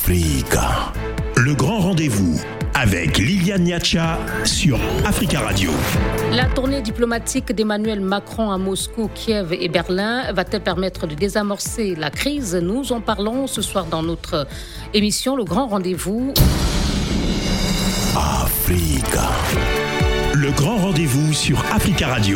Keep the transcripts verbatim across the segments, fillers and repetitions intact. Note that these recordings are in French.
Africa, le grand rendez-vous avec Liliane Niacha sur Africa Radio. La tournée diplomatique d'Emmanuel Macron à Moscou, Kiev et Berlin va-t-elle permettre de désamorcer la crise ? Nous en parlons ce soir dans notre émission Le Grand Rendez-vous. Africa, le grand rendez-vous sur Africa Radio.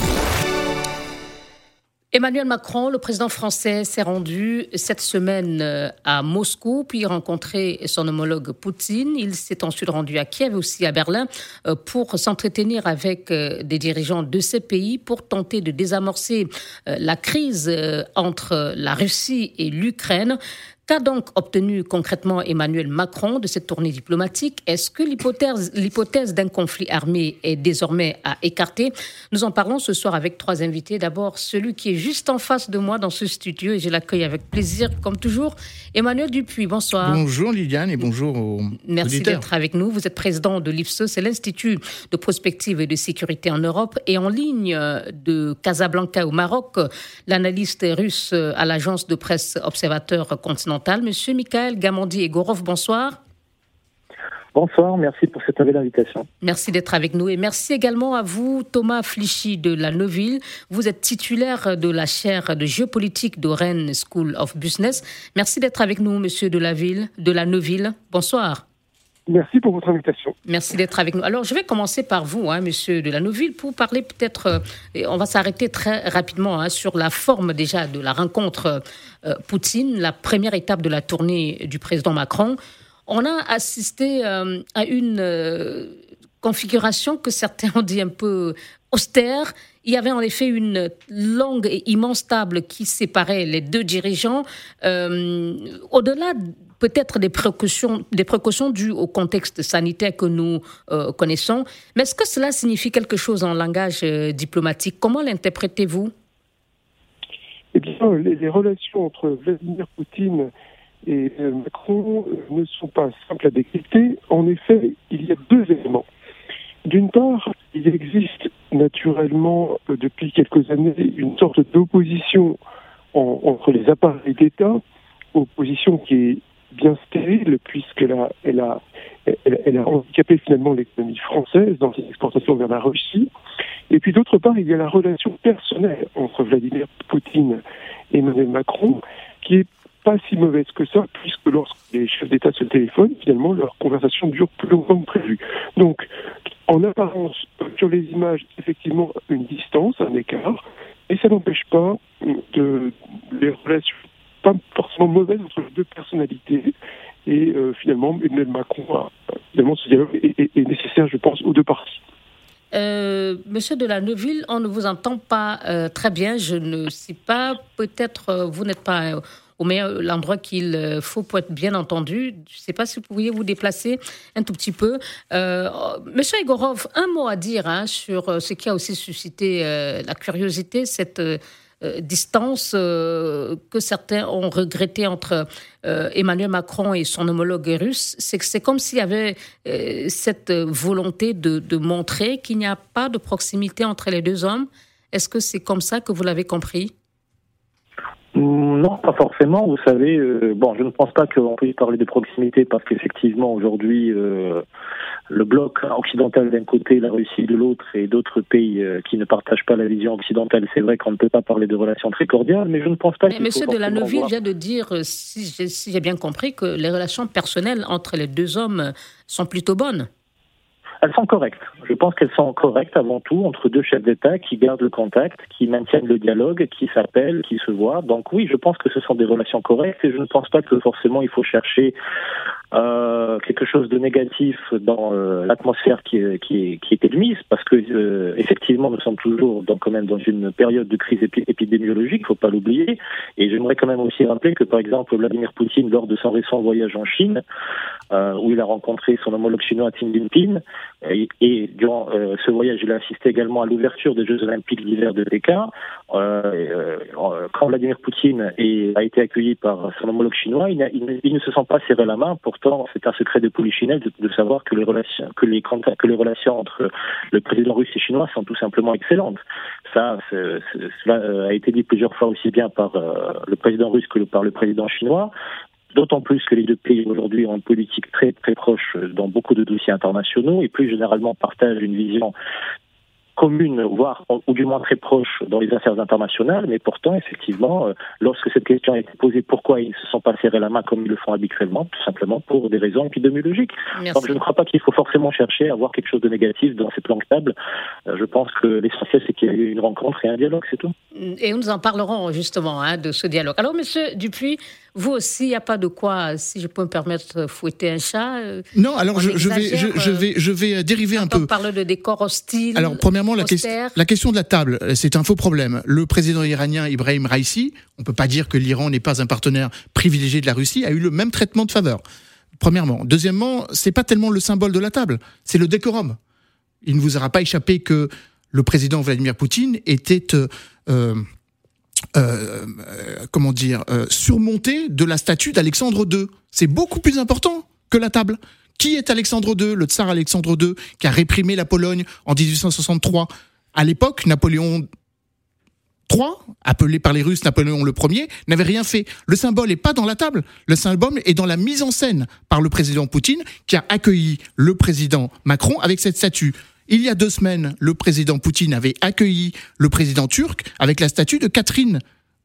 Emmanuel Macron, le président français, s'est rendu cette semaine à Moscou, puis rencontré son homologue Poutine. Il s'est ensuite rendu à Kiev, aussi à Berlin, pour s'entretenir avec des dirigeants de ces pays pour tenter de désamorcer la crise entre la Russie et l'Ukraine. Qu'a donc obtenu concrètement Emmanuel Macron de cette tournée diplomatique ? Est-ce que l'hypothèse, l'hypothèse d'un conflit armé est désormais à écarter ? Nous en parlons ce soir avec trois invités. D'abord, celui qui est juste en face de moi dans ce studio, et je l'accueille avec plaisir, comme toujours, Emmanuel Dupuis. Bonsoir. Bonjour Liliane et bonjour aux Merci auditeurs. d'être avec nous. Vous êtes président de l'I F S E, c'est l'Institut de prospective et de sécurité en Europe. Et en ligne de Casablanca au Maroc, l'analyste russe à l'agence de presse Observateur Continental, Monsieur Mikhail Gamandi-Egorov, bonsoir. Bonsoir, merci pour cette nouvelle invitation. Merci d'être avec nous et merci également à vous, Thomas Flichy de la Neuville. Vous êtes titulaire de la chaire de géopolitique de Rennes School of Business. Merci d'être avec nous, Monsieur de la Ville, de la Neuville. Bonsoir. Merci pour votre invitation. Merci d'être avec nous. Alors, je vais commencer par vous, hein, Monsieur de la Neuville, pour parler peut-être, euh, on va s'arrêter très rapidement hein, sur la forme déjà de la rencontre euh, Poutine, la première étape de la tournée du président Macron. On a assisté euh, à une euh, configuration que certains ont dit un peu austère. Il y avait en effet une longue et immense table qui séparait les deux dirigeants. Euh, au-delà peut-être des précautions, des précautions dues au contexte sanitaire que nous euh, connaissons, mais est-ce que cela signifie quelque chose en langage euh, diplomatique ? Comment l'interprétez-vous ? Eh bien, les, les relations entre Vladimir Poutine et euh, Macron euh, ne sont pas simples à décrypter. En effet, il y a deux éléments. D'une part, il existe naturellement, euh, depuis quelques années, une sorte d'opposition en, entre les appareils d'État, opposition qui est bien stérile, puisqu'elle a, elle a, elle, elle a handicapé finalement l'économie française dans ses exportations vers la Russie. Et puis d'autre part, il y a la relation personnelle entre Vladimir Poutine et Emmanuel Macron, qui est pas si mauvaise que ça, puisque lorsque les chefs d'État se téléphonent, finalement, leur conversation dure plus longtemps que prévu. Donc, en apparence, sur les images, effectivement, une distance, un écart, et ça n'empêche pas de les relations pas forcément mauvaise entre les deux personnalités. Et euh, finalement, Emmanuel Macron, a, finalement, ce dialogue est, est, est nécessaire, je pense, aux deux parties. Euh, Monsieur de la Neuville, on ne vous entend pas euh, très bien. Je ne sais pas, peut-être euh, vous n'êtes pas euh, au meilleur l'endroit qu'il euh, faut pour être bien entendu. Je ne sais pas si vous pourriez vous déplacer un tout petit peu. Euh, Monsieur Egorov, un mot à dire hein, sur euh, ce qui a aussi suscité euh, la curiosité, cette euh, Euh, distance euh, que certains ont regretté entre euh, Emmanuel Macron et son homologue russe. C'est que c'est comme s'il y avait euh, cette volonté de, de montrer qu'il n'y a pas de proximité entre les deux hommes. Est-ce que c'est comme ça que vous l'avez compris ? Non, pas forcément. Vous savez, euh, bon, je ne pense pas qu'on puisse parler de proximité parce qu'effectivement, aujourd'hui, euh, le bloc occidental d'un côté, la Russie de l'autre et d'autres pays euh, qui ne partagent pas la vision occidentale, c'est vrai qu'on ne peut pas parler de relations très cordiales, mais je ne pense pas... Mais Monsieur de la Neuville vient de dire, si j'ai, si j'ai bien compris, que les relations personnelles entre les deux hommes sont plutôt bonnes. Elles sont correctes. Je pense qu'elles sont correctes avant tout entre deux chefs d'État qui gardent le contact, qui maintiennent le dialogue, qui s'appellent, qui se voient. Donc oui, je pense que ce sont des relations correctes et je ne pense pas que forcément il faut chercher euh, quelque chose de négatif dans euh, l'atmosphère qui est, qui est, qui est émise, parce que euh, effectivement nous sommes toujours donc quand même dans une période de crise épi- épidémiologique, il faut pas l'oublier. Et j'aimerais quand même aussi rappeler que par exemple Vladimir Poutine, lors de son récent voyage en Chine, euh, où il a rencontré son homologue chinois Xi Jinping, et, et durant euh, ce voyage, il a assisté également à l'ouverture des Jeux Olympiques d'hiver de Pékin. Euh, euh, quand Vladimir Poutine est, a été accueilli par son homologue chinois, il, a, il, il ne se sont pas serré la main. Pourtant, c'est un secret de polichinelle de, de savoir que les relations, que les contacts, que les relations entre le président russe et chinois sont tout simplement excellentes. Ça, c'est, c'est, cela a été dit plusieurs fois aussi bien par euh, le président russe que par le président chinois. D'autant plus que les deux pays aujourd'hui ont une politique très très proche dans beaucoup de dossiers internationaux et plus généralement partagent une vision commune, voire ou du moins très proche dans les affaires internationales, mais pourtant, effectivement, euh, lorsque cette question a été posée, pourquoi ils ne se sont pas serrés la main comme ils le font habituellement, tout simplement pour des raisons épidémiologiques. Merci. Donc je ne crois pas qu'il faut forcément chercher à avoir quelque chose de négatif dans ces plans de table. Euh, je pense que l'essentiel, c'est qu'il y a eu une rencontre et un dialogue, c'est tout. Et nous en parlerons justement hein, de ce dialogue. Alors, monsieur Dupuis, vous aussi, il n'y a pas de quoi, si je peux me permettre, fouetter un chat. Non, alors je, je, vais, je, je, vais, je vais dériver un peu. On parle de décor hostile. Alors, premièrement, la, que- la question de la table, c'est un faux problème. Le président iranien Ibrahim Raïssi, on ne peut pas dire que l'Iran n'est pas un partenaire privilégié de la Russie, a eu le même traitement de faveur. Premièrement. Deuxièmement, c'est pas tellement le symbole de la table, c'est le décorum. Il ne vous aura pas échappé que le président Vladimir Poutine était, euh, euh, euh, comment dire, euh, surmonté de la statue d'Alexandre deux. C'est beaucoup plus important que la table. Qui est Alexandre deux, le tsar Alexandre deux, qui a réprimé la Pologne en dix-huit cent soixante-trois? À l'époque, Napoléon trois, appelé par les Russes Napoléon le Premier, n'avait rien fait. Le symbole n'est pas dans la table. Le symbole est dans la mise en scène par le président Poutine, qui a accueilli le président Macron avec cette statue. Il y a deux semaines, le président Poutine avait accueilli le président turc avec la statue de Catherine,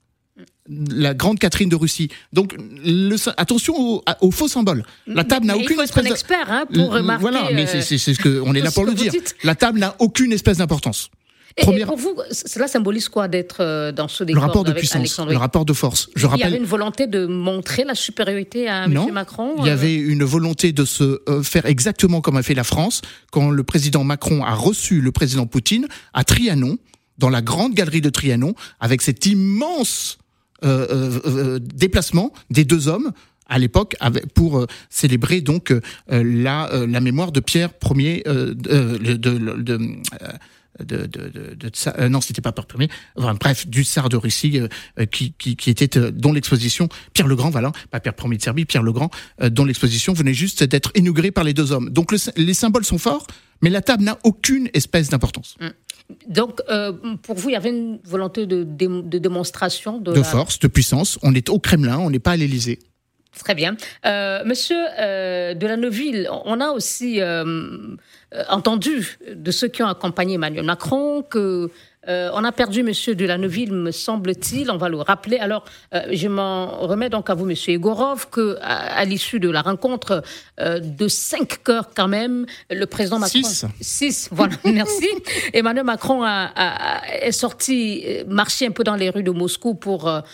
la grande Catherine de Russie. Donc, le, attention au, au faux symbole. La table mais, n'a mais aucune il faut être espèce un expert hein, pour de... remarquer. Voilà, mais c'est, c'est, c'est ce que on est là pour le dire. Dites. La table n'a aucune espèce d'importance. Et, Première... et pour vous, cela symbolise quoi d'être dans ce décor? Le rapport de avec puissance, Alexandre... le rapport de force. Je il rappelle... y avait une volonté de montrer la supériorité à non, M. Macron? Il y avait une volonté de se euh, faire exactement comme a fait la France quand le président Macron a reçu le président Poutine à Trianon, dans la grande galerie de Trianon, avec cet immense euh, euh, euh, déplacement des deux hommes à l'époque pour euh, célébrer donc euh, la, euh, la mémoire de Pierre Ier euh, de, de, de, de euh, De, de, de, de tsar, euh, non, c'était pas Pierre Ier. Enfin, bref, du tsar de Russie euh, qui, qui, qui était euh, dont l'exposition Pierre le Grand, voilà, pas Pierre Ier de Serbie, Pierre le Grand, euh, dont l'exposition venait juste d'être inaugurée par les deux hommes. Donc le, les symboles sont forts, mais la table n'a aucune espèce d'importance. Donc, euh, pour vous, il y avait une volonté de, de, de démonstration de, de la... force, de puissance. On est au Kremlin, on n'est pas à l'Élysée. Très bien. Euh, monsieur euh, de la Neuville, on a aussi euh, entendu de ceux qui ont accompagné Emmanuel Macron que euh, on a perdu Monsieur de la Neuville, me semble-t-il. On va le rappeler. Alors, euh, je m'en remets donc à vous, Monsieur Egorov, que à, à l'issue de la rencontre euh, de cinq cœurs quand même, le président Macron six, six, voilà, merci. Emmanuel Macron a, a, est sorti marcher un peu dans les rues de Moscou pour euh,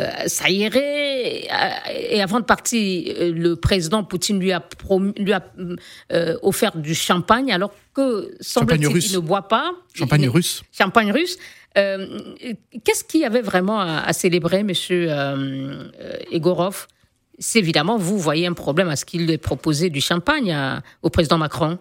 s'aérer et, et avant de partir, le président Poutine lui a, promis, lui a euh, offert du champagne alors que semble-t-il qu'il ne boit pas. Champagne il, russe. Champagne russe. Euh, qu'est-ce qu'il y avait vraiment à, à célébrer, monsieur euh, Egorov? C'est évidemment, vous voyez un problème à ce qu'il ait proposé du champagne à, au président Macron.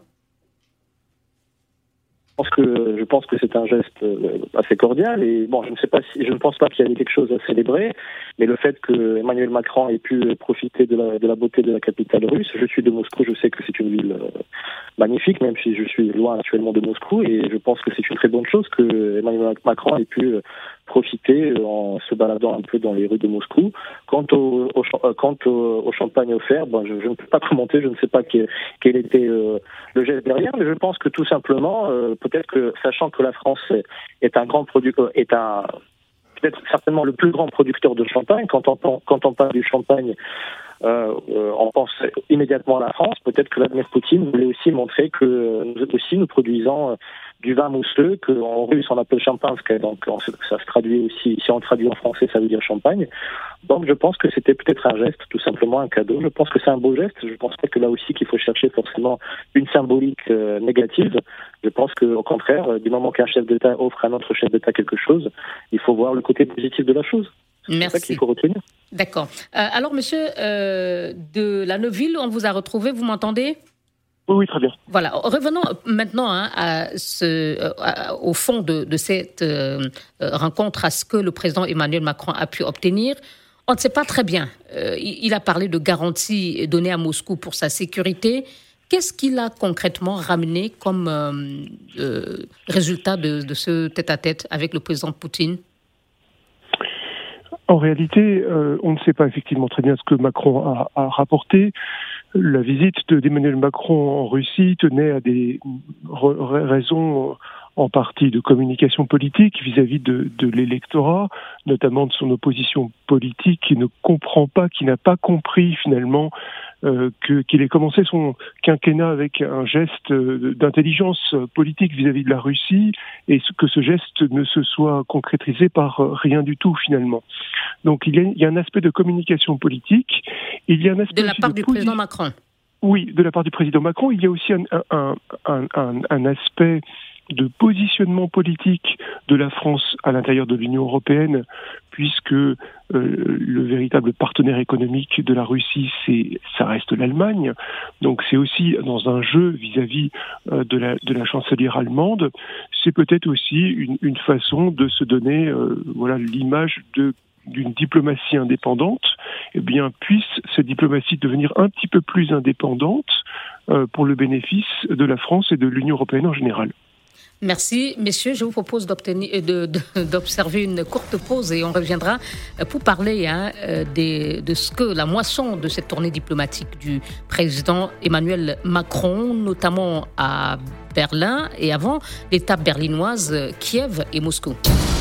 Je pense que je pense que c'est un geste assez cordial et bon, je ne sais pas si je ne pense pas qu'il y avait quelque chose à célébrer, mais le fait que Emmanuel Macron ait pu profiter de la de la beauté de la capitale russe. Je suis de Moscou, je sais que c'est une ville magnifique, même si je suis loin actuellement de Moscou, et je pense que c'est une très bonne chose que Emmanuel Macron ait pu profiter en se baladant un peu dans les rues de Moscou. Quant au, au, quant au, au champagne offert, bon, je, je ne peux pas commenter, je ne sais pas quel, quel était euh, le geste derrière, mais je pense que tout simplement, euh, peut-être que, sachant que la France est un grand producteur, est un peut-être certainement le plus grand producteur de champagne, quand on, quand on parle du champagne, Euh, euh, on pense immédiatement à la France. Peut-être que Vladimir Poutine voulait aussi montrer que nous aussi nous produisons euh, du vin mousseux, qu'en russe on appelle champagne, donc on, ça se traduit aussi, si on traduit en français ça veut dire champagne. Donc je pense que c'était peut-être un geste, tout simplement un cadeau. Je pense que c'est un beau geste. Je pense pas que là aussi qu'il faut chercher forcément une symbolique euh, négative. Je pense qu'au contraire, du moment qu'un chef d'État offre à un autre chef d'État quelque chose, il faut voir le côté positif de la chose. C'est Merci. ça qu'il faut retenir. D'accord. Euh, alors, monsieur euh, de la Neuville, on vous a retrouvé, vous m'entendez? Oui, oui, très bien. Voilà. Revenons maintenant hein, à ce, à, au fond de, de cette euh, rencontre, à ce que le président Emmanuel Macron a pu obtenir. On ne sait pas très bien. Euh, il a parlé de garanties données à Moscou pour sa sécurité. Qu'est-ce qu'il a concrètement ramené comme euh, euh, résultat de, de ce tête-à-tête avec le président Poutine? En réalité, euh, on ne sait pas effectivement très bien ce que Macron a, a rapporté. La visite de, d'Emmanuel Macron en Russie tenait à des r- raisons en partie de communication politique vis-à-vis de, de l'électorat, notamment de son opposition politique qui ne comprend pas, qui n'a pas compris finalement euh, que, qu'il ait commencé son quinquennat avec un geste d'intelligence politique vis-à-vis de la Russie et que ce geste ne se soit concrétisé par rien du tout finalement. Donc il y a, il y a un aspect de communication politique, il y a un aspect de la part de du posi- président Macron. Oui, de la part du président Macron, il y a aussi un, un, un, un, un aspect de positionnement politique de la France à l'intérieur de l'Union européenne, puisque euh, le véritable partenaire économique de la Russie, c'est, ça reste l'Allemagne. Donc c'est aussi dans un jeu vis-à-vis euh, de, la, de la chancelière allemande, c'est peut-être aussi une, une façon de se donner euh, voilà, l'image de d'une diplomatie indépendante. Eh bien, puisse cette diplomatie devenir un petit peu plus indépendante euh, pour le bénéfice de la France et de l'Union européenne en général. Merci, messieurs. Je vous propose d'obtenir, de, de, d'observer une courte pause et on reviendra pour parler hein, des, de ce que la moisson de cette tournée diplomatique du président Emmanuel Macron, notamment à Berlin et avant l'étape berlinoise Kiev et Moscou.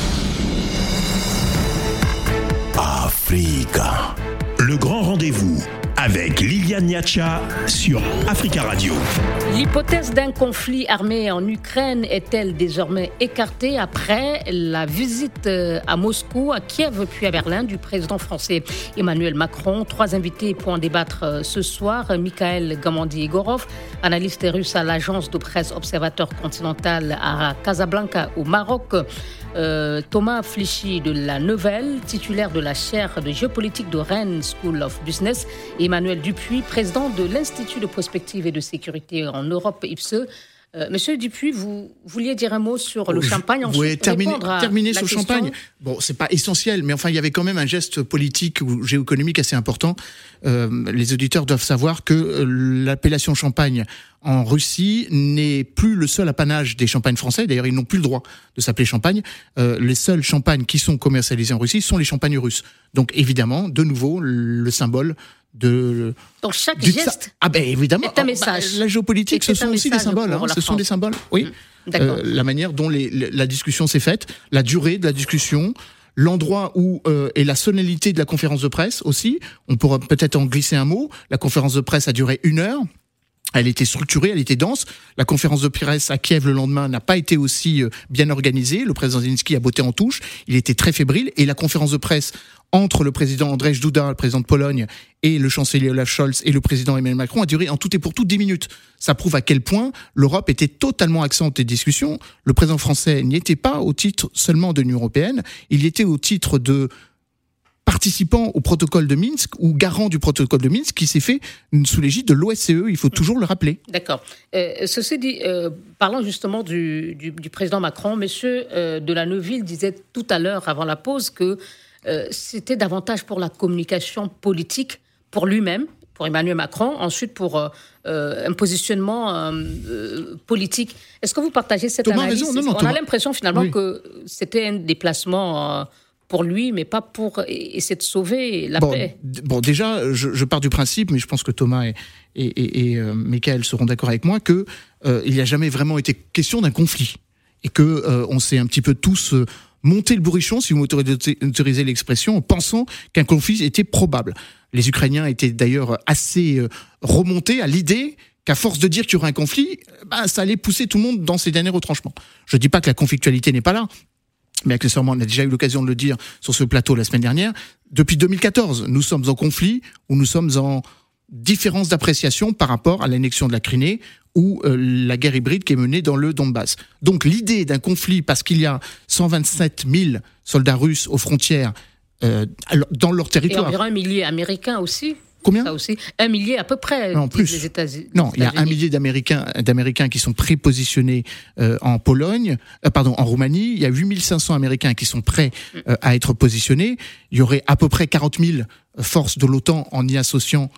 Africa. Le grand rendez-vous avec Liliane Niacha sur Africa Radio. L'hypothèse d'un conflit armé en Ukraine est-elle désormais écartée après la visite à Moscou, à Kiev puis à Berlin du président français Emmanuel Macron? Trois invités pour en débattre ce soir. Mikhail Gamandi-Egorov, analyste russe à l'agence de presse Observateur Continental à Casablanca au Maroc. Euh, Thomas Flichy de La Nouvelle, titulaire de la chaire de géopolitique de Rennes School of Business, et Emmanuel Dupuis, président de l'Institut de prospective et de sécurité en Europe, I P S E. Euh, Monsieur Dupuis, vous vouliez dire un mot sur le champagne, ensuite oui, terminer, répondre à terminer la sur le question. champagne. Bon, c'est pas essentiel, mais enfin, il y avait quand même un geste politique ou géoéconomique assez important. Euh, les auditeurs doivent savoir que euh, l'appellation champagne en Russie n'est plus le seul apanage des champagnes français. D'ailleurs, ils n'ont plus le droit de s'appeler champagne. Euh, les seuls champagnes qui sont commercialisés en Russie sont les champagnes russes. Donc, évidemment, de nouveau, le symbole de... Donc, chaque du, geste ah ben, évidemment, est un message. Bah, la géopolitique, ce sont aussi des symboles. Hein, ce sont des symboles, oui. Mmh. Euh, la manière dont les, la discussion s'est faite, la durée de la discussion, l'endroit où euh, et la solennité de la conférence de presse aussi. On pourra peut-être en glisser un mot. La conférence de presse a duré une heure. Elle était structurée, elle était dense. La conférence de presse à Kiev le lendemain n'a pas été aussi bien organisée. Le président Zelensky a botté en touche. Il était très fébrile. Et la conférence de presse entre le président Andrzej Duda, le président de Pologne, et le chancelier Olaf Scholz et le président Emmanuel Macron a duré en tout et pour tout dix minutes. Ça prouve à quel point l'Europe était totalement absente des discussions. Le président français n'y était pas au titre seulement de l'Union européenne. Il y était au titre de participant au protocole de Minsk ou garant du protocole de Minsk qui s'est fait sous l'égide de l'O S C E, il faut toujours le rappeler. D'accord. Euh, ceci dit, euh, parlons justement du, du, du président Macron. Monsieur euh, de La Neuville disait tout à l'heure, avant la pause, que euh, c'était davantage pour la communication politique, pour lui-même, pour Emmanuel Macron, ensuite pour euh, euh, un positionnement euh, euh, politique. Est-ce que vous partagez cette Thomas analyse? a raison. Non, non, On Thomas... a l'impression finalement oui. que c'était un déplacement... Euh, pour lui, mais pas pour essayer de sauver la bon, paix. D- bon, déjà, je, je pars du principe, mais je pense que Thomas et, et, et, et euh, Michael seront d'accord avec moi, qu'il euh, n'y a jamais vraiment été question d'un conflit. Et qu'on euh, s'est un petit peu tous euh, monté le bourrichon, si vous m'autorisez l'expression, en pensant qu'un conflit était probable. Les Ukrainiens étaient d'ailleurs assez euh, remontés à l'idée qu'à force de dire qu'il y aurait un conflit, bah, ça allait pousser tout le monde dans ses derniers retranchements. Je ne dis pas que la conflictualité n'est pas là, mais accessoirement, on a déjà eu l'occasion de le dire sur ce plateau la semaine dernière. Depuis deux mille quatorze, nous sommes en conflit ou nous sommes en différence d'appréciation par rapport à l'annexion de la Crimée ou euh, la guerre hybride qui est menée dans le Donbass. Donc l'idée d'un conflit, parce qu'il y a cent vingt-sept mille soldats russes aux frontières euh, dans leur territoire. Et environ un millier américains aussi. Combien ? Ça aussi. Un millier à peu près. Non, plus. Les États-Unis. Non, il y a un millier d'Américains, d'Américains qui sont prépositionnés euh, en Pologne, euh, pardon, en Roumanie. Il y a huit mille cinq cents Américains qui sont prêts euh, à être positionnés. Il y aurait à peu près quarante mille forces de l'OTAN en y associant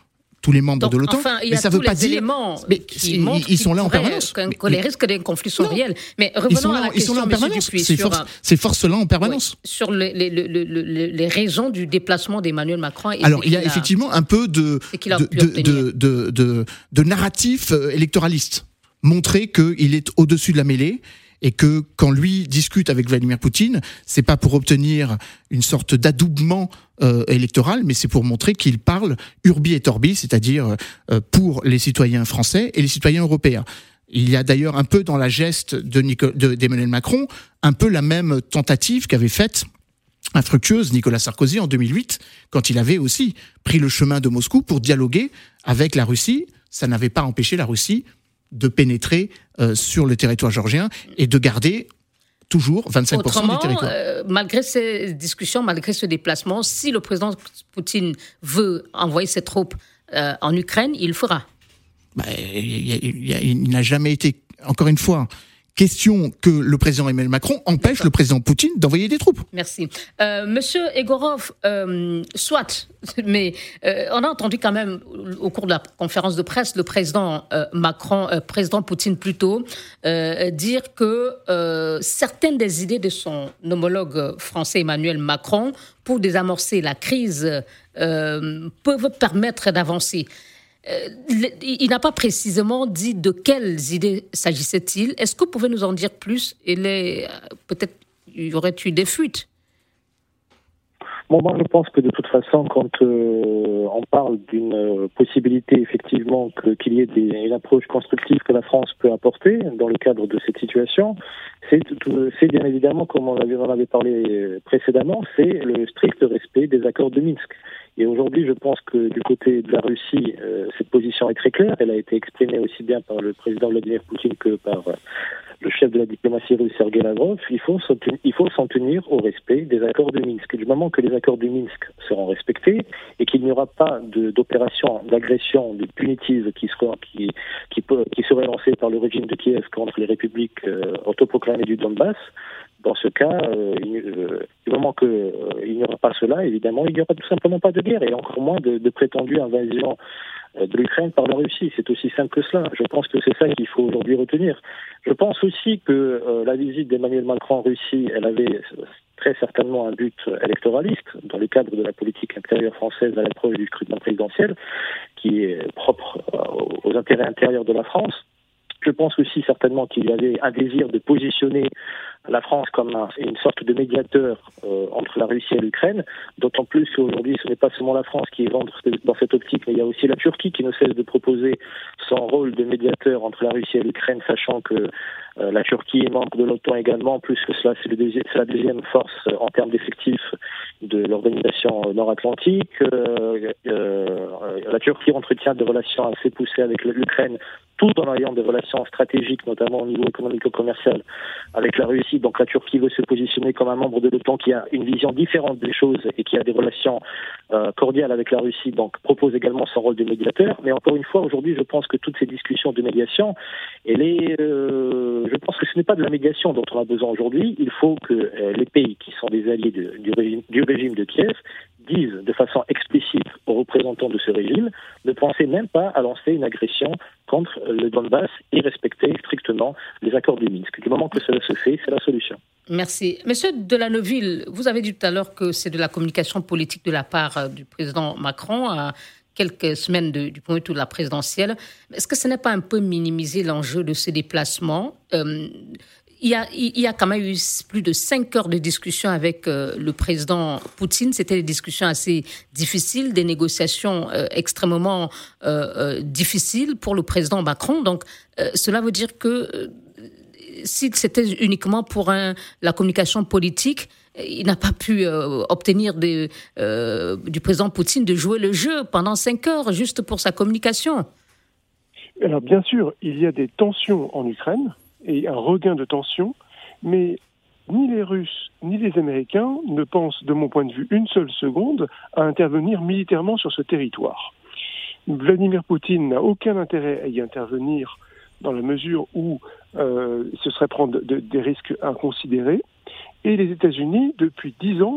tous les membres Donc, de l'OTAN. Enfin, il y mais a ça tous veut pas les dire. éléments Mais qui ils, montrent ils sont là en pourrait, permanence. Que, que mais, les risques d'un conflit sont non. réels. Mais ils revenons sont là, à la ils question, sont là en M. permanence. Dupuis, Ces sur, forces, ces forces-là en permanence. Oui, sur les, les, les, les, les raisons du déplacement d'Emmanuel Macron. Et Alors, il y a, a effectivement un peu de, a de, de, de, de, de, de narratif électoraliste. Montrer qu'il est au-dessus de la mêlée et que quand lui discute avec Vladimir Poutine, c'est pas pour obtenir une sorte d'adoubement euh, électoral, mais c'est pour montrer qu'il parle urbi et orbi, c'est-à-dire euh, pour les citoyens français et les citoyens européens. Il y a d'ailleurs un peu dans la geste de Nico, de, d'Emmanuel Macron, un peu la même tentative qu'avait faite infructueuse Nicolas Sarkozy en deux mille huit, quand il avait aussi pris le chemin de Moscou pour dialoguer avec la Russie. Ça n'avait pas empêché la Russie de pénétrer euh, sur le territoire géorgien et de garder toujours vingt-cinq pour cent Autrement, du territoire. Euh, malgré ces discussions, malgré ce déplacement, si le président Poutine veut envoyer ses troupes euh, en Ukraine, il le fera. Bah, il, y a, il, y a, il n'a jamais été, encore une fois, question que le président Emmanuel Macron empêche D'accord. le président Poutine d'envoyer des troupes. Merci. Euh, Monsieur Egorov, euh, soit, mais euh, on a entendu quand même au cours de la conférence de presse le président euh, Macron, euh, président Poutine plutôt, euh, dire que euh, certaines des idées de son homologue français Emmanuel Macron pour désamorcer la crise euh, peuvent permettre d'avancer. Euh, il n'a pas précisément dit de quelles idées s'agissait-il. Est-ce que vous pouvez nous en dire plus? Et les, peut-être y aurait-il des fuites? Bon, moi, je pense que de toute façon, quand euh, on parle d'une euh, possibilité, effectivement, que, qu'il y ait des, une approche constructive que la France peut apporter dans le cadre de cette situation, c'est, c'est bien évidemment, comme on avait, on avait parlé précédemment, c'est le strict respect des accords de Minsk. Et aujourd'hui, je pense que du côté de la Russie, euh, cette position est très claire. Elle a été exprimée aussi bien par le président Vladimir Poutine que par euh, le chef de la diplomatie russe, Sergei Lavrov. Il faut, s'en tenir, il faut s'en tenir au respect des accords de Minsk. Du moment que les accords de Minsk seront respectés et qu'il n'y aura pas de, d'opération d'agression, de punitive qui sera, qui, qui, peut, qui serait lancée par le régime de Kiev contre les républiques euh, autoproclamées du Donbass, dans ce cas, euh, il, euh, du moment qu'il euh, n'y aura pas cela, évidemment, il n'y aura tout simplement pas de guerre, et encore moins de, de prétendue invasion euh, de l'Ukraine par la Russie. C'est aussi simple que cela. Je pense que c'est ça qu'il faut aujourd'hui retenir. Je pense aussi que euh, la visite d'Emmanuel Macron en Russie, elle avait très certainement un but électoraliste, dans le cadre de la politique intérieure française à l'approche du scrutin présidentiel, qui est propre euh, aux intérêts intérieurs de la France. Je pense aussi certainement qu'il y avait un désir de positionner la France comme un, une sorte de médiateur euh, entre la Russie et l'Ukraine, d'autant plus qu'aujourd'hui ce n'est pas seulement la France qui est dans cette optique, mais il y a aussi la Turquie qui ne cesse de proposer son rôle de médiateur entre la Russie et l'Ukraine, sachant que euh, la Turquie est membre de l'OTAN également, plus que cela c'est, le deuxi- c'est la deuxième force euh, en termes d'effectifs de l'organisation nord-atlantique. Euh, euh, la Turquie entretient des relations assez poussées avec l'Ukraine, tout en ayant des relations stratégiques, notamment au niveau économico-commercial, avec la Russie. Donc la Turquie veut se positionner comme un membre de l'OTAN qui a une vision différente des choses et qui a des relations euh, cordiales avec la Russie, donc propose également son rôle de médiateur. Mais encore une fois, aujourd'hui, je pense que toutes ces discussions de médiation, elle est, euh, je pense que ce n'est pas de la médiation dont on a besoin aujourd'hui. Il faut que euh, les pays qui sont des alliés de, du, régime, du régime de Kiev disent de façon explicite aux représentants de ce régime ne pensez même pas à lancer une agression contre le Donbass et respecter strictement les accords de Minsk. Du moment que cela se fait, c'est la solution. Merci. Monsieur Delannoville, vous avez dit tout à l'heure que c'est de la communication politique de la part du président Macron à quelques semaines de, du premier tour de la présidentielle. Est-ce que ce n'est pas un peu minimiser l'enjeu de ce déplacement ? euh, Il y, a, il y a quand même eu plus de cinq heures de discussion avec euh, le président Poutine. C'était des discussions assez difficiles, des négociations euh, extrêmement euh, euh, difficiles pour le président Macron. Donc, euh, cela veut dire que euh, si c'était uniquement pour un, la communication politique, il n'a pas pu euh, obtenir de, euh, du président Poutine de jouer le jeu pendant cinq heures juste pour sa communication. Alors, bien sûr, il y a des tensions en Ukraine et un regain de tension, mais ni les Russes ni les Américains ne pensent, de mon point de vue, une seule seconde à intervenir militairement sur ce territoire. Vladimir Poutine n'a aucun intérêt à y intervenir dans la mesure où euh, ce serait prendre de, de, des risques inconsidérés. Et les États-Unis, depuis dix ans,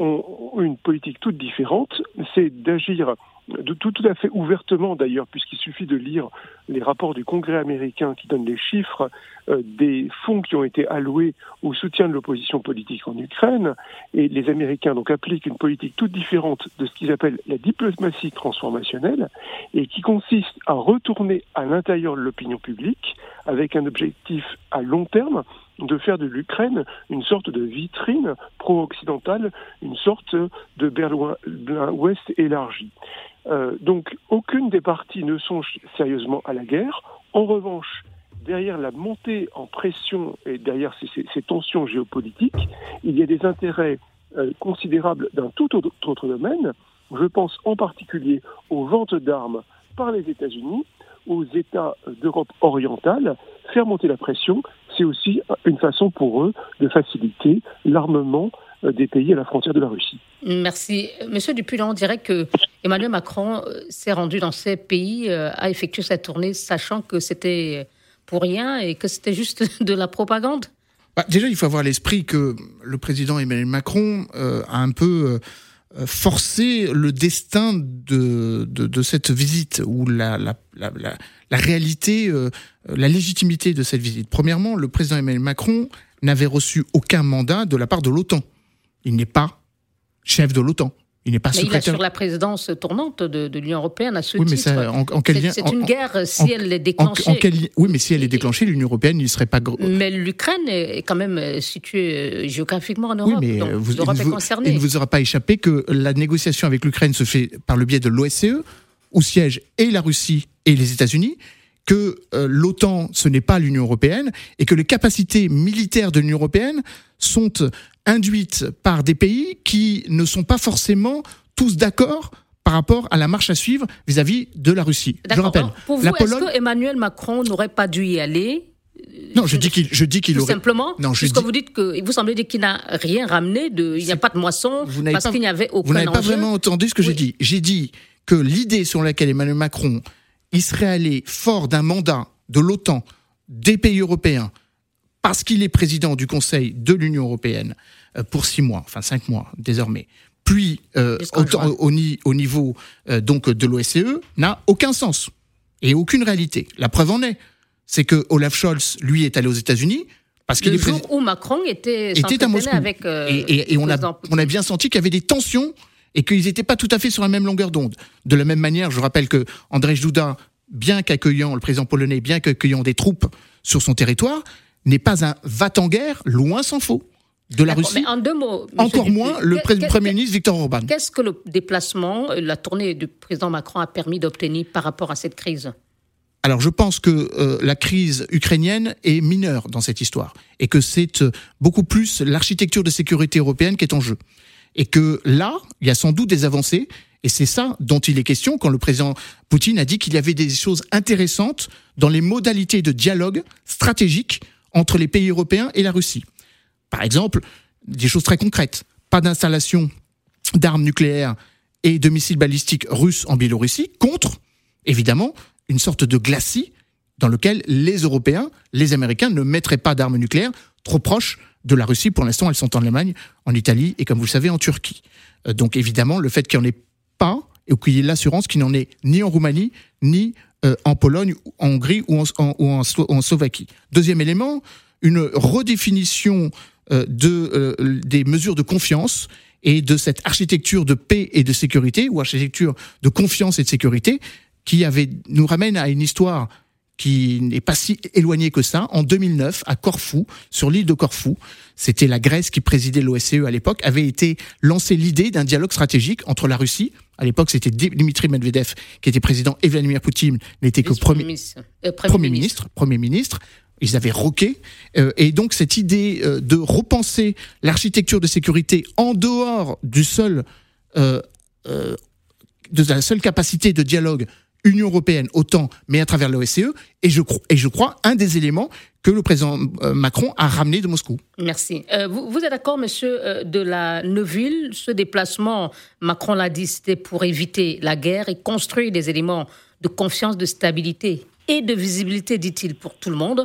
ont une politique toute différente, c'est d'agir de tout, tout à fait ouvertement d'ailleurs, puisqu'il suffit de lire les rapports du Congrès américain qui donnent les chiffres euh, des fonds qui ont été alloués au soutien de l'opposition politique en Ukraine, et les Américains donc appliquent une politique toute différente de ce qu'ils appellent la diplomatie transformationnelle, et qui consiste à retourner à l'intérieur de l'opinion publique avec un objectif à long terme, de faire de l'Ukraine une sorte de vitrine pro-occidentale, une sorte de Berlin-Ouest élargi. Euh, donc aucune des parties ne songe sérieusement à la guerre. En revanche, derrière la montée en pression et derrière ces, ces, ces tensions géopolitiques, il y a des intérêts euh, considérables d'un tout autre, autre domaine. Je pense en particulier aux ventes d'armes par les États-Unis, aux États d'Europe orientale. Faire monter la pression, c'est aussi une façon pour eux de faciliter l'armement des pays à la frontière de la Russie. Merci. Monsieur Dupuis, on dirait que Emmanuel Macron s'est rendu dans ces pays, a effectué sa tournée, sachant que c'était pour rien et que c'était juste de la propagande. Bah, déjà, il faut avoir à l'esprit que le président Emmanuel Macron euh, a un peu euh, forcé le destin de, de, de cette visite, ou la, la, la, la, la réalité, euh, la légitimité de cette visite. Premièrement, le président Emmanuel Macron n'avait reçu aucun mandat de la part de l'OTAN. Il n'est pas chef de l'OTAN. Il n'est pas mais secrétaire. Il assure la présidence tournante de, de l'Union européenne à ce oui, titre. Mais ça, en, en quel lien, c'est, c'est une en, guerre si en, elle est déclenchée. En, en quel, oui, mais si elle est déclenchée, l'Union européenne ne serait pas. Mais l'Ukraine est quand même située géographiquement en Europe. Oui, mais donc vous, l'Europe il, est vous, concernée. il ne vous aura pas échappé que la négociation avec l'Ukraine se fait par le biais de l'O S C E, où siègent et la Russie et les États-Unis, que euh, l'OTAN, ce n'est pas l'Union européenne, et que les capacités militaires de l'Union européenne sont induites par des pays qui ne sont pas forcément tous d'accord par rapport à la marche à suivre vis-à-vis de la Russie. D'accord. Je rappelle. Alors, pour vous, la est-ce Pologne... que Emmanuel Macron n'aurait pas dû y aller ? Non, je dis qu'il, je dis qu'il Tout aurait. simplement, non, je puisque dis... vous dites que vous semblez dire qu'il n'a rien ramené, de, il n'y a pas de moisson, parce pas... qu'il n'y avait aucun enjeu. Vous n'avez pas vraiment entendu ce que oui. j'ai dit. J'ai dit que l'idée selon laquelle Emmanuel Macron il serait allé fort d'un mandat de l'OTAN, des pays européens, parce qu'il est président du Conseil de l'Union européenne pour six mois, enfin cinq mois désormais, puis euh, au, au, au niveau euh, donc de l'O S C E, n'a aucun sens et aucune réalité. La preuve en est, c'est que Olaf Scholz, lui, est allé aux États-Unis parce qu'il le est jour président. où Macron était, était à Moscou. Avec, euh, et et, et on, a, on a bien senti qu'il y avait des tensions et qu'ils n'étaient pas tout à fait sur la même longueur d'onde. De la même manière, je rappelle que Andrzej Duda, bien qu'accueillant, le président polonais, bien qu'accueillant des troupes sur son territoire, n'est pas un va-t-en-guerre, loin s'en faut, de la D'accord, Russie. Mais en deux mots, encore Dupuis, moins le qu'est, Premier ministre Viktor Orban. Qu'est-ce que le déplacement, la tournée du président Macron a permis d'obtenir par rapport à cette crise ? Alors je pense que euh, la crise ukrainienne est mineure dans cette histoire et que c'est euh, beaucoup plus l'architecture de sécurité européenne qui est en jeu. Et que là, il y a sans doute des avancées, et c'est ça dont il est question quand le président Poutine a dit qu'il y avait des choses intéressantes dans les modalités de dialogue stratégique entre les pays européens et la Russie. Par exemple, des choses très concrètes, pas d'installation d'armes nucléaires et de missiles balistiques russes en Biélorussie, contre, évidemment, une sorte de glacis dans lequel les Européens, les Américains ne mettraient pas d'armes nucléaires trop proches de la Russie. Pour l'instant, elles sont en Allemagne, en Italie et, comme vous le savez, en Turquie. Euh, donc, évidemment, le fait qu'il n'y en ait pas, et qu'il y ait l'assurance qu'il n'en ait ni en Roumanie, ni euh, en Pologne, en Hongrie ou en, en, ou en, Slo- en Slovaquie. Deuxième élément, une redéfinition euh, de, euh, des mesures de confiance et de cette architecture de paix et de sécurité, ou architecture de confiance et de sécurité, qui avait, nous ramène à une histoire qui n'est pas si éloignée que ça. En deux mille neuf, à Corfou, sur l'île de Corfou, c'était la Grèce qui présidait l'O S C E à l'époque, avait été lancée l'idée d'un dialogue stratégique entre la Russie, à l'époque c'était Dimitri Medvedev qui était président, et Vladimir Poutine n'était que premier, ministre. Euh, premier, premier ministre. ministre, premier ministre. Ils avaient roqué, euh, et donc cette idée euh, de repenser l'architecture de sécurité en dehors du seul, euh, euh, de la seule capacité de dialogue Union européenne, OTAN, mais à travers l'O S C E, et je, cro- et je crois un des éléments que le président euh, Macron a ramené de Moscou. Merci. Euh, vous, vous êtes d'accord, monsieur euh, de la Neuville, ce déplacement, Macron l'a dit, c'était pour éviter la guerre et construire des éléments de confiance, de stabilité et de visibilité, dit-il, pour tout le monde.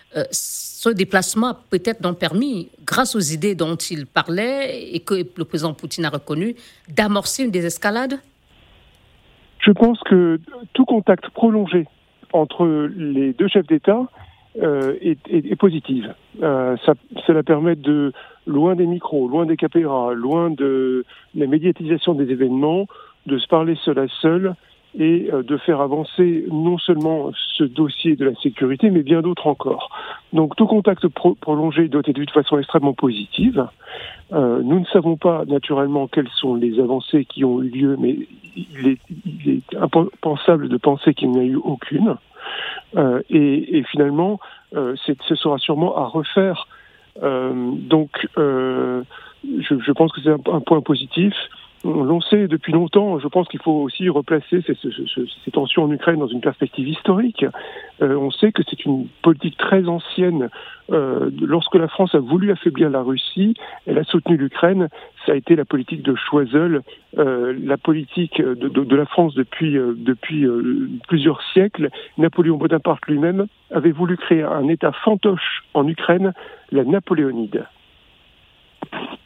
euh, ce déplacement a peut-être donc permis, grâce aux idées dont il parlait et que le président Poutine a reconnu, d'amorcer une désescalade? Je pense que tout contact prolongé entre les deux chefs d'État euh, est, est, est positif. Euh, ça, cela permet de, loin des micros, loin des caméras, loin de la médiatisation des événements, de se parler seul à seul et euh, de faire avancer non seulement ce dossier de la sécurité, mais bien d'autres encore. Donc tout contact pro- prolongé doit être vu de façon extrêmement positive. Euh, nous ne savons pas naturellement quelles sont les avancées qui ont eu lieu, mais il est, il est impensable de penser qu'il n'y en a eu aucune. Euh, et, et finalement, euh, c'est, ce sera sûrement à refaire. Euh, donc, euh, je, je pense que c'est un, un point positif. On sait depuis longtemps, je pense qu'il faut aussi replacer ces, ces, ces tensions en Ukraine dans une perspective historique. Euh, on sait que c'est une politique très ancienne. Euh, lorsque la France a voulu affaiblir la Russie, elle a soutenu l'Ukraine. Ça a été la politique de Choiseul, euh, la politique de, de, de la France depuis, euh, depuis euh, plusieurs siècles. Napoléon Bonaparte lui-même avait voulu créer un État fantoche en Ukraine, la Napoléonide. Allô ?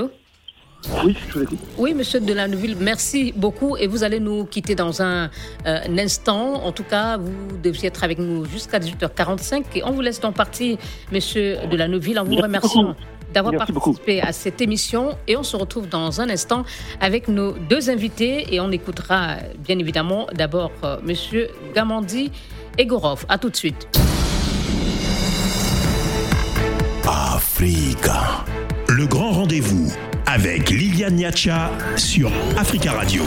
Oui, je vous ai dit. Oui, monsieur de la Neuville, merci beaucoup. Et vous allez nous quitter dans un, euh, un instant. En tout cas, vous deviez être avec nous jusqu'à dix-huit heures quarante-cinq. Et on vous laisse donc partir, monsieur de la Neuville, en vous merci remerciant beaucoup. d'avoir Merci participé beaucoup. à cette émission. Et on se retrouve dans un instant avec nos deux invités. Et on écoutera, bien évidemment, d'abord euh, monsieur Gamandi Egorov. À tout de suite. Africa. Le grand rendez-vous avec Liliane Niacha sur Africa Radio.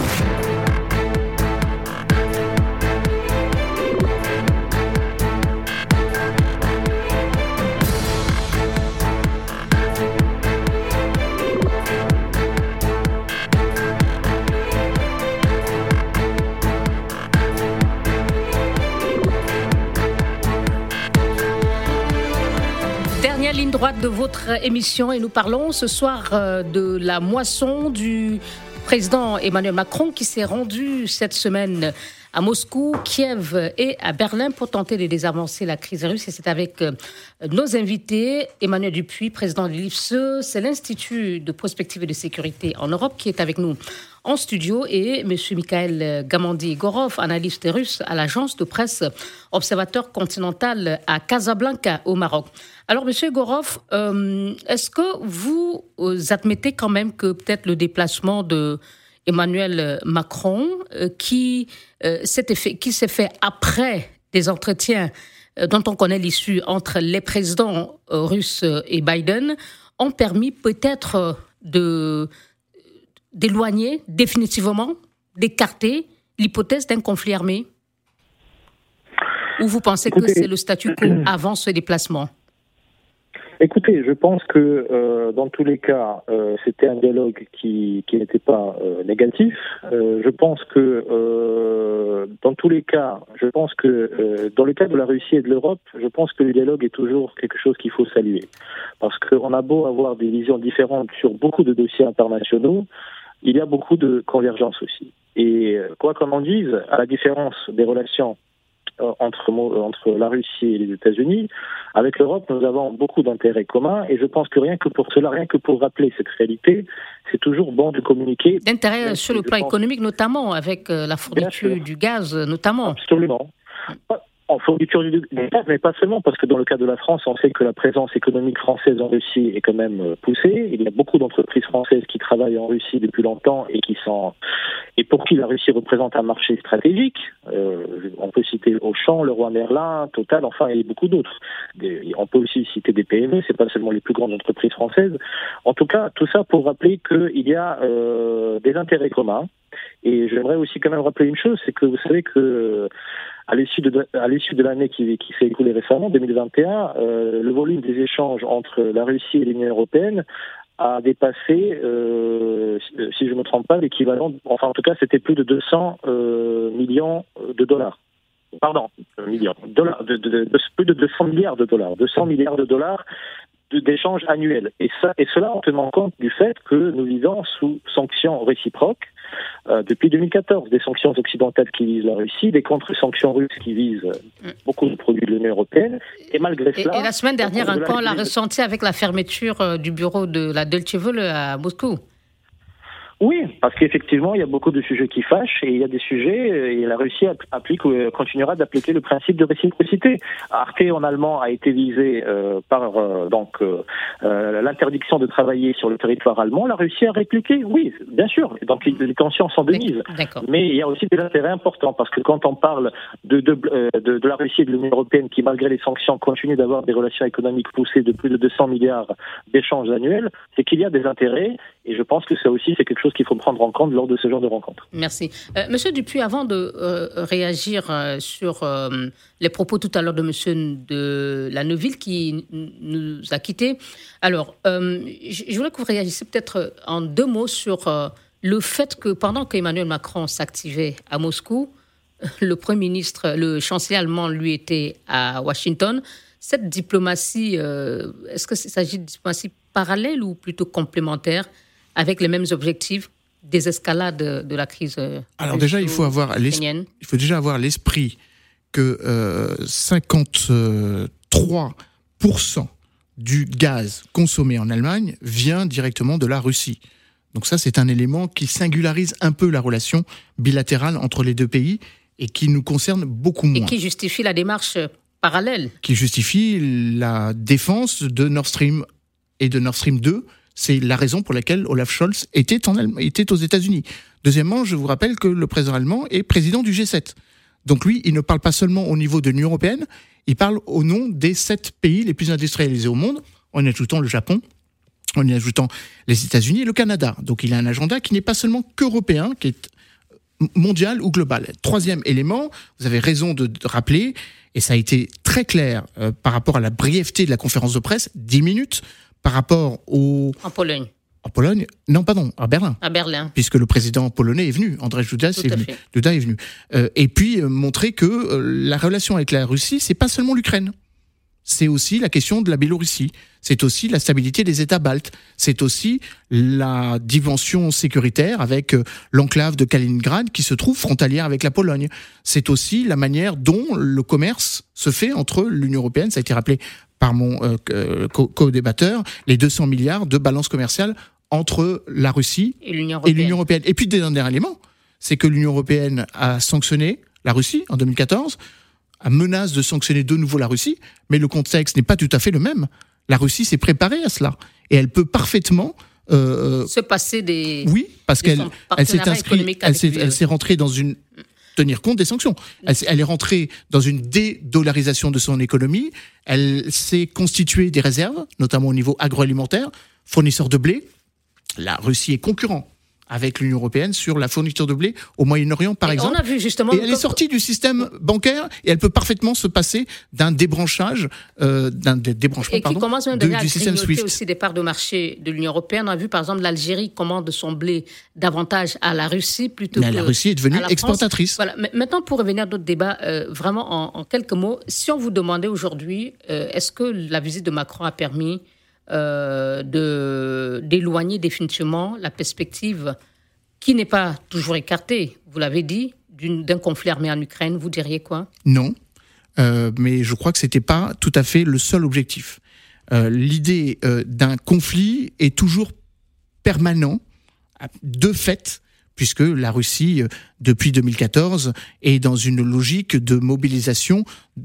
Dernière ligne droite de votre émission et nous parlons ce soir euh, de la moisson du président Emmanuel Macron qui s'est rendu cette semaine à Moscou, Kiev et à Berlin pour tenter de désamorcer la crise russe. Et c'est avec euh, nos invités, Emmanuel Dupuis, président de l'I F S E, c'est l'Institut de prospective et de sécurité en Europe qui est avec nous en studio, et M. Mikhail Gamandi-Egorov, analyste russe à l'agence de presse Observateur Continental à Casablanca, au Maroc. Alors, M. Egorov, euh, est-ce que vous admettez quand même que peut-être le déplacement de Emmanuel Macron, euh, qui, euh, s'est fait, qui s'est fait après des entretiens euh, dont on connaît l'issue entre les présidents euh, russes et Biden, ont permis peut-être de... d'éloigner définitivement, d'écarter l'hypothèse d'un conflit armé? Ou vous pensez Écoutez, que c'est le statu quo avant ce déplacement? Écoutez, je pense que euh, dans tous les cas, euh, c'était un dialogue qui, qui n'était pas euh, négatif. Euh, je pense que euh, dans tous les cas, je pense que euh, dans le cas de la Russie et de l'Europe, je pense que le dialogue est toujours quelque chose qu'il faut saluer. Parce qu'on a beau avoir des visions différentes sur beaucoup de dossiers internationaux, il y a beaucoup de convergences aussi. Et quoi qu'on en dise, à la différence des relations entre, entre la Russie et les États-Unis, avec l'Europe, nous avons beaucoup d'intérêts communs, et je pense que rien que pour cela, rien que pour rappeler cette réalité, c'est toujours bon de communiquer. D'intérêt sur le plan pense... économique notamment, avec la fourniture du gaz notamment. Absolument. En fourniture du gaz, mais pas seulement, parce que dans le cas de la France, on sait que la présence économique française en Russie est quand même poussée. Il y a beaucoup d'entreprises françaises qui travaillent en Russie depuis longtemps et qui sont et pour qui la Russie représente un marché stratégique. Euh, on peut citer Auchan, Leroy Merlin, Total, enfin il y a beaucoup d'autres. Des, on peut aussi citer des P M E, c'est pas seulement les plus grandes entreprises françaises. En tout cas, tout ça pour rappeler qu'il y a euh, des intérêts communs. Et j'aimerais aussi quand même rappeler une chose, c'est que vous savez que à l'issue de, à l'issue de l'année qui, qui s'est écoulée récemment, deux mille vingt et un, euh, le volume des échanges entre la Russie et l'Union européenne a dépassé, euh, si je ne me trompe pas, l'équivalent, enfin en tout cas c'était plus de deux cents euh, millions de dollars. Pardon, millions, dollars, de, de, de, de, plus de deux cents milliards de dollars, deux cents milliards de dollars d'échanges annuels. Et, ça, et cela en tenant compte du fait que nous vivons sous sanctions réciproques euh, depuis deux mille quatorze. Des sanctions occidentales qui visent la Russie, des contre-sanctions russes qui visent euh, beaucoup de produits de l'Union européenne. Et malgré et, cela... Et la semaine dernière, encore, on l'a ressenti avec la fermeture euh, du bureau de la Deutsche Welle à Moscou. Oui, parce qu'effectivement, il y a beaucoup de sujets qui fâchent et il y a des sujets et la Russie applique ou continuera d'appliquer le principe de réciprocité. Arte en allemand a été visé euh, par euh, donc euh, euh, l'interdiction de travailler sur le territoire allemand. La Russie a répliqué, oui, bien sûr. Donc les tensions sont de mise. Mais il y a aussi des intérêts importants parce que quand on parle de de, de, de la Russie et de l'Union européenne qui, malgré les sanctions, continue d'avoir des relations économiques poussées de plus de deux cents milliards d'échanges annuels, c'est qu'il y a des intérêts et je pense que ça aussi c'est quelque chose qu'il faut prendre en compte lors de ce genre de rencontre. Merci. Euh, Monsieur Dupuis, avant de euh, réagir euh, sur euh, les propos tout à l'heure de Monsieur de la Neuville qui n- nous a quittés, alors, euh, je voulais que vous réagissiez peut-être en deux mots sur euh, le fait que pendant qu'Emmanuel Macron s'activait à Moscou, le Premier ministre, le chancelier allemand, lui, était à Washington. Cette diplomatie, euh, est-ce qu'il s'agit de diplomatie parallèle ou plutôt complémentaire avec les mêmes objectifs, désescalade de, de la crise. Euh, Alors déjà, il faut avoir il faut déjà avoir l'esprit que euh, cinquante-trois pour cent du gaz consommé en Allemagne vient directement de la Russie. Donc ça, c'est un élément qui singularise un peu la relation bilatérale entre les deux pays et qui nous concerne beaucoup moins. Et qui justifie la démarche parallèle. Qui justifie la défense de Nord Stream et de Nord Stream deux. C'est la raison pour laquelle Olaf Scholz était, en Allemagne, était aux États-Unis. Deuxièmement, je vous rappelle que le président allemand est président du G sept. Donc lui, il ne parle pas seulement au niveau de l'Union européenne, il parle au nom des sept pays les plus industrialisés au monde, en y ajoutant le Japon, en y ajoutant les États-Unis et le Canada. Donc il a un agenda qui n'est pas seulement qu'européen, qui est mondial ou global. Troisième élément, vous avez raison de, de rappeler, et ça a été très clair euh, par rapport à la brièveté de la conférence de presse, dix minutes, par rapport au... En Pologne. En Pologne Non, pardon, à Berlin. À Berlin. Puisque le président polonais est venu, Andrzej Duda est venu. Duda est venu. Euh, et puis, euh, montrer que euh, la relation avec la Russie, c'est pas seulement l'Ukraine. C'est aussi la question de la Biélorussie. C'est aussi la stabilité des États baltes. C'est aussi la dimension sécuritaire avec euh, l'enclave de Kaliningrad qui se trouve frontalière avec la Pologne. C'est aussi la manière dont le commerce se fait entre l'Union européenne, ça a été rappelé par mon euh, co-débatteur, les deux cents milliards de balance commerciale entre la Russie et l'Union européenne. Et, l'Union européenne. Et puis, dernier élément, c'est que l'Union européenne a sanctionné la Russie en deux mille quatorze, a menace de sanctionner de nouveau la Russie, mais le contexte n'est pas tout à fait le même. La Russie s'est préparée à cela. Et elle peut parfaitement... Euh, se passer des... Oui, parce qu'elle elle s'est inscrite, elle s'est, elle s'est rentrée dans une... tenir compte des sanctions. Elle, elle est rentrée dans une dédollarisation de son économie. Elle s'est constituée des réserves, notamment au niveau agroalimentaire, fournisseur de blé. La Russie est concurrent avec l'Union européenne sur la fourniture de blé au Moyen-Orient, par et exemple. On a vu justement et elle est sortie du système bancaire et elle peut parfaitement se passer d'un débranchage, euh, d'un débranchement, et qui pardon, commence même de, déjà du à système SWIFT. Aussi des parts de marché de l'Union européenne. On a vu par exemple l'Algérie commande son blé davantage à la Russie plutôt Mais que la Russie est devenue exportatrice. Voilà. Mais maintenant, pour revenir à d'autres débats, euh, vraiment en, en quelques mots, si on vous demandait aujourd'hui, euh, est-ce que la visite de Macron a permis euh, de d'éloigner définitivement la perspective qui n'est pas toujours écarté, vous l'avez dit, d'une, d'un conflit armé en Ukraine, vous diriez quoi ? Non, euh, mais je crois que c'était pas tout à fait le seul objectif. Euh, l'idée euh, d'un conflit est toujours permanent, de fait, puisque la Russie, euh, depuis deux mille quatorze, est dans une logique de mobilisation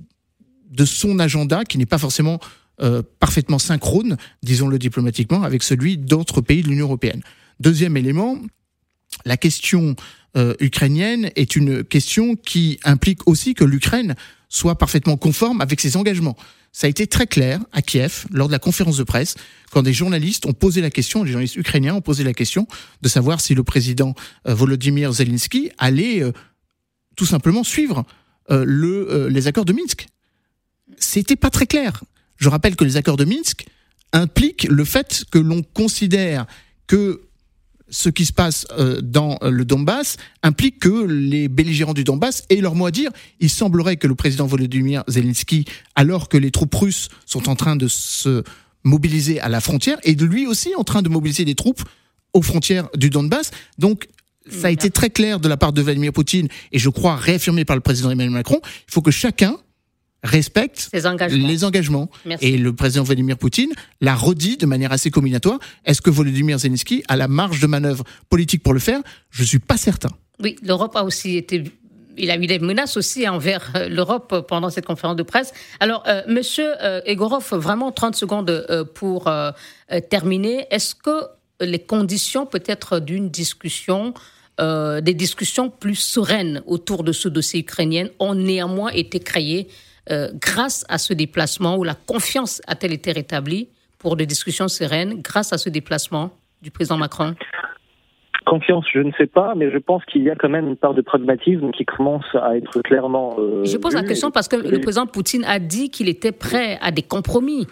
de son agenda, qui n'est pas forcément euh, parfaitement synchrone, disons-le diplomatiquement, avec celui d'autres pays de l'Union européenne. Deuxième élément, la question euh, ukrainienne est une question qui implique aussi que l'Ukraine soit parfaitement conforme avec ses engagements. Ça a été très clair à Kiev lors de la conférence de presse quand des journalistes ont posé la question, les journalistes ukrainiens ont posé la question de savoir si le président euh, Volodymyr Zelensky allait euh, tout simplement suivre euh, le, euh, les accords de Minsk. C'était pas très clair. Je rappelle que les accords de Minsk impliquent le fait que l'on considère que ce qui se passe euh, dans le Donbass implique que les belligérants du Donbass aient leur mot à dire. Il semblerait que le président Volodymyr Zelensky, alors que les troupes russes sont en train de se mobiliser à la frontière, est lui aussi en train de mobiliser des troupes aux frontières du Donbass. Donc, ça a été très clair de la part de Vladimir Poutine, et je crois réaffirmé par le président Emmanuel Macron, il faut que chacun respecte engagements. les engagements. Merci. Et le président Vladimir Poutine l'a redit de manière assez combinatoire. Est-ce que Volodymyr Zelensky a la marge de manœuvre politique pour le faire ? Je ne suis pas certain. Oui, l'Europe a aussi été... Il a eu des menaces aussi envers l'Europe pendant cette conférence de presse. Alors, euh, Monsieur euh, Egorov, vraiment trente secondes euh, pour euh, terminer. Est-ce que les conditions peut-être d'une discussion, euh, des discussions plus sereines autour de ce dossier ukrainien ont néanmoins été créées euh, grâce à ce déplacement, ou la confiance a-t-elle été rétablie pour des discussions sereines grâce à ce déplacement du président Macron ? Confiance, je ne sais pas, mais je pense qu'il y a quand même une part de pragmatisme qui commence à être clairement... Euh, je pose la question parce que et... le président Poutine a dit qu'il était prêt à des compromis.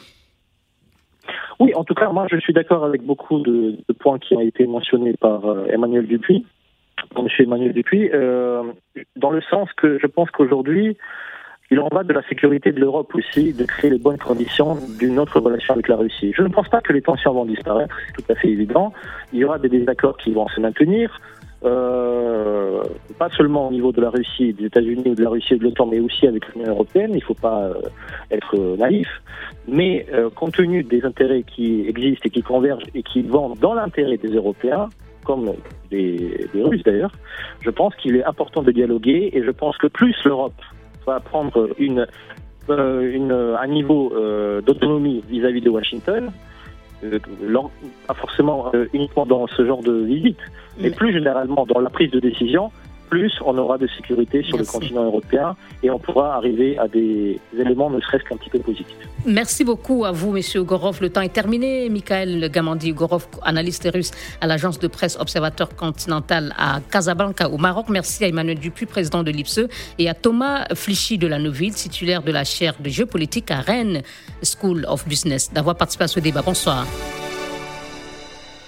Oui, en tout cas, moi je suis d'accord avec beaucoup de, de points qui ont été mentionnés par euh, Emmanuel Dupuis, par M. Emmanuel Dupuis, euh, dans le sens que je pense qu'aujourd'hui, il en va de la sécurité de l'Europe aussi, de créer les bonnes conditions d'une autre relation avec la Russie. Je ne pense pas que les tensions vont disparaître, c'est tout à fait évident. Il y aura des désaccords qui vont se maintenir, euh, pas seulement au niveau de la Russie, des États-Unis ou de la Russie et de l'OTAN, mais aussi avec l'Union européenne. Il ne faut pas euh, être naïf. Mais euh, compte tenu des intérêts qui existent et qui convergent et qui vont dans l'intérêt des Européens, comme des, des Russes d'ailleurs, je pense qu'il est important de dialoguer, et je pense que plus l'Europe va prendre une, euh, une, un niveau euh, d'autonomie vis-à-vis de Washington, euh, pas forcément euh, uniquement dans ce genre de visite, mais plus généralement dans la prise de décision, plus on aura de sécurité sur Merci. le continent européen, et on pourra arriver à des éléments ne serait-ce qu'un petit peu positifs. Merci beaucoup à vous, Monsieur Egorov. Le temps est terminé. Mikhail Gamandi Egorov, analyste russe à l'agence de presse Observateur Continental à Casablanca, au Maroc. Merci à Emmanuel Dupuis, président de l'I P S E, et à Thomas Flichy de la Neuville, titulaire de la chaire de géopolitique à Rennes School of Business, d'avoir participé à ce débat. Bonsoir.